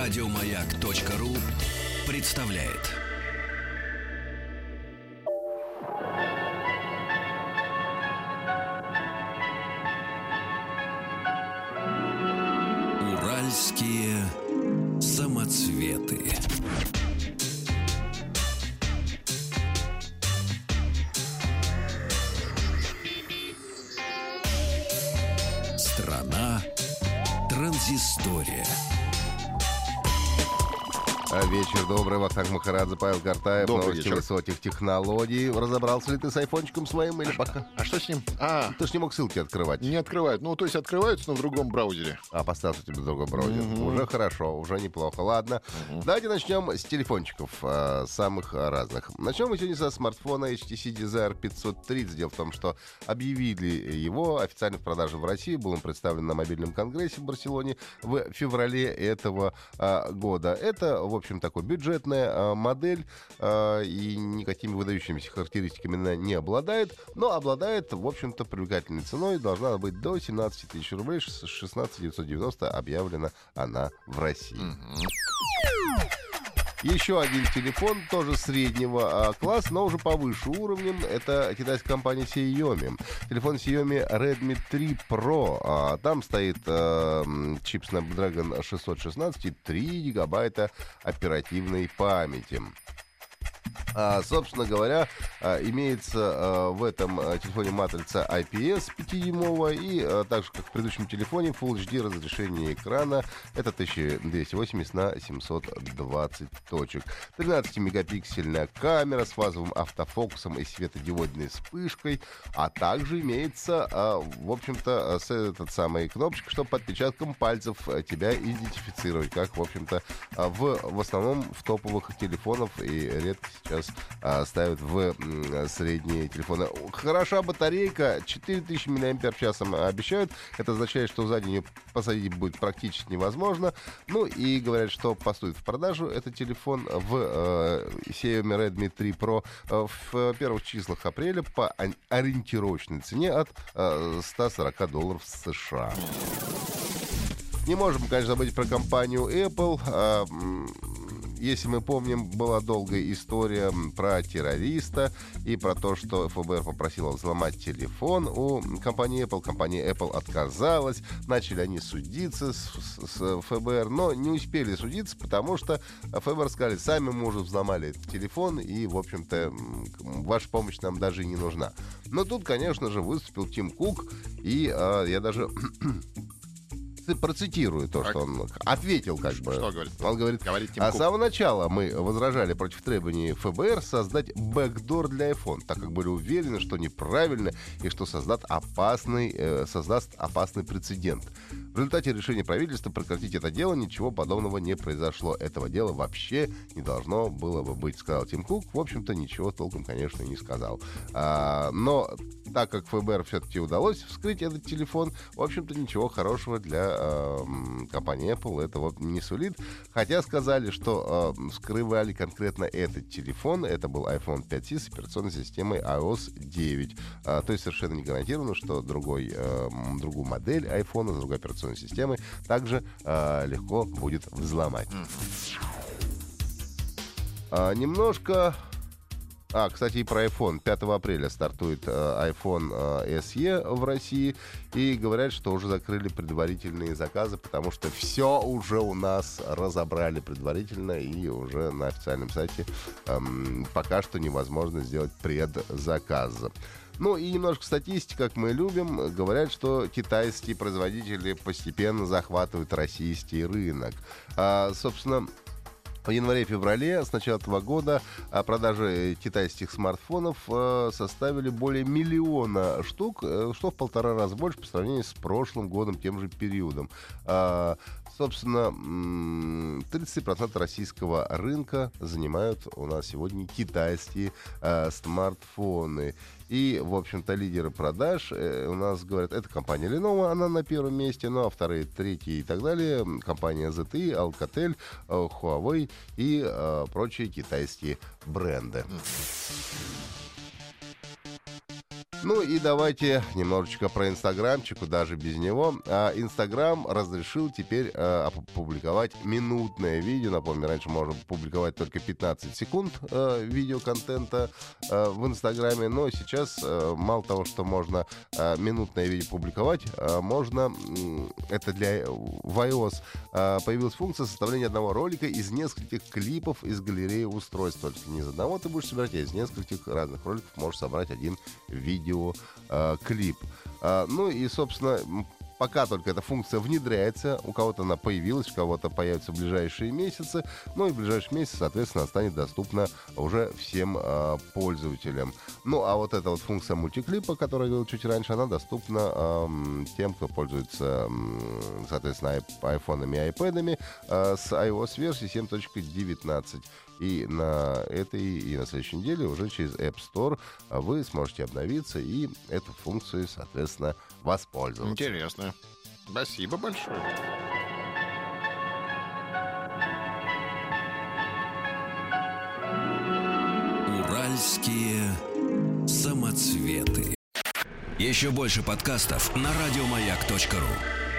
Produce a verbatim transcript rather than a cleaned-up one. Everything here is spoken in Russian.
Радиомаяк.ру представляет. Уральские самоцветы. Страна транзистория. Вечер добрый, Вахтанг Махарадзе, Павел Картаев. Добрый Новости вечер. высоких технологий. Разобрался ли ты с айфончиком своим или пока? А что с ним? А, Ты ж не мог ссылки открывать. не открывают. Ну, то есть открываются, но в другом браузере. А, поставил тебе другой браузер. Мгм. Уже хорошо, уже неплохо. Ладно. Мгм. Давайте начнем с телефончиков э, самых разных. Начнем мы сегодня со смартфона эйч ти си Desire пятьсот тридцать. Дело в том, что объявили его официально в продажу в России. Был он представлен на мобильном конгрессе в Барселоне в феврале этого э, года. Это, в общем, такой бюджетная э, модель э, и никакими выдающимися характеристиками она не обладает, но обладает, в общем-то, привлекательной ценой. Должна быть до семнадцать тысяч рублей. шестнадцать тысяч девятьсот девяносто объявлена она в России. Мгм. Еще один телефон, тоже среднего а, класса, но уже повыше уровнем. Это китайская компания Xiaomi. Телефон Xiaomi Redmi три Pro. А, там стоит а, м, чип Snapdragon шестьсот шестнадцать и три гигабайта оперативной памяти. А, собственно говоря, а, имеется а, в этом а, телефоне матрица ай пи эс пятидюймовая и а, так же, как в предыдущем телефоне, Full эйч ди разрешение экрана. Это тысяча двести восемьдесят на семьсот двадцать точек. тринадцатимегапиксельная камера с фазовым автофокусом и светодиодной вспышкой. А также имеется, а, в общем-то, с этот самый кнопочка, чтобы по отпечаткам пальцев а, тебя идентифицировать, как, в общем-то, а, в, в основном в топовых телефонах и редко сейчас а, ставят в м, средние телефоны. Хороша батарейка, четыре тысячи мАч обещают. Это означает, что сзади ее посадить будет практически невозможно. Ну и говорят, что поступит в продажу этот телефон в э, Xiaomi Redmi три Pro э, в первых числах апреля по ори- ориентировочной цене от э, сто сорок долларов США. Не можем, конечно, забыть про компанию Apple. А, м, Если мы помним, была долгая история про террориста и про то, что эф бэ эр попросила взломать телефон у компании Apple. Компания Apple отказалась. Начали они судиться с, с- с эф бэ эр, но не успели судиться, потому что эф бэ эр сказали, сами мы уже взломали этот телефон, и, в общем-то, м, ваша помощь нам даже и не нужна. Но тут, конечно же, выступил Тим Кук, и а, я даже... процитирую то, что он ответил, как бы. Что говорит? Он говорит, Говорит Тим а с Кук. самого начала мы возражали против требований эф бэ эр создать бэкдор для iPhone, так как были уверены, что неправильно и что создаст опасный, э, создаст опасный прецедент. В результате решения правительства прекратить это дело ничего подобного не произошло. Этого дела вообще не должно было бы быть, сказал Тим Кук. В общем-то, ничего толком, конечно, не сказал. А, но так как эф бэ эр все-таки удалось вскрыть этот телефон, в общем-то, ничего хорошего для э, м, компании Apple этого не сулит. Хотя сказали, что э, вскрывали конкретно этот телефон. Это был iPhone пять си с операционной системой ай о эс девять. А, то есть совершенно не гарантировано, что другой, э, м, другую модель iPhone с другой операционной системой также э, легко будет взломать. А, немножко... А, кстати, и про iPhone. пятого апреля стартует э, iPhone э, эс и в России. И говорят, что уже закрыли предварительные заказы, потому что все уже у нас разобрали предварительно. И уже на официальном сайте эм, пока что невозможно сделать предзаказ. Ну и немножко статистики, как мы любим. Говорят, что китайские производители постепенно захватывают российский рынок. А, собственно... В январе-феврале с начала этого года а, продажи китайских смартфонов а, составили более миллиона штук, э, что в полтора раза больше по сравнению с прошлым годом, тем же периодом. А, собственно, м, тридцать процентов российского рынка занимают у нас сегодня китайские а, смартфоны. И, в общем-то, лидеры продаж э, у нас, говорят, это компания Lenovo, она на первом месте, ну а вторые, третьи и так далее, компания зет ти и, Alcatel, э, Huawei и э, прочие китайские бренды. Ну и давайте немножечко про инстаграмчик, даже без него. Инстаграм разрешил теперь а, опубликовать минутное видео. Напомню, раньше можно публиковать только пятнадцать секунд а, видеоконтента а, в Инстаграме, но сейчас а, мало того, что можно а, минутное видео публиковать, а, можно, это для в iOS, а, появилась функция составления одного ролика из нескольких клипов из галереи устройств. Только не из одного ты будешь собирать, а из нескольких разных роликов можешь собрать один видеоклип. А, ну и, собственно, пока только эта функция внедряется, у кого-то она появилась, у кого-то появится в ближайшие месяцы, ну и в ближайшие месяцы, соответственно, станет доступна уже всем э, пользователям. Ну а вот эта вот функция мультиклипа, которая я говорил чуть раньше, она доступна э, тем, кто пользуется, э, соответственно, айфонами и айпэдами э, с iOS-версии семь точка девятнадцать. И на этой и на следующей неделе уже через App Store вы сможете обновиться и эту функцию, соответственно, воспользоваться. Интересно. Спасибо большое. Уральские самоцветы. Еще больше подкастов на радиомаяк точка ру.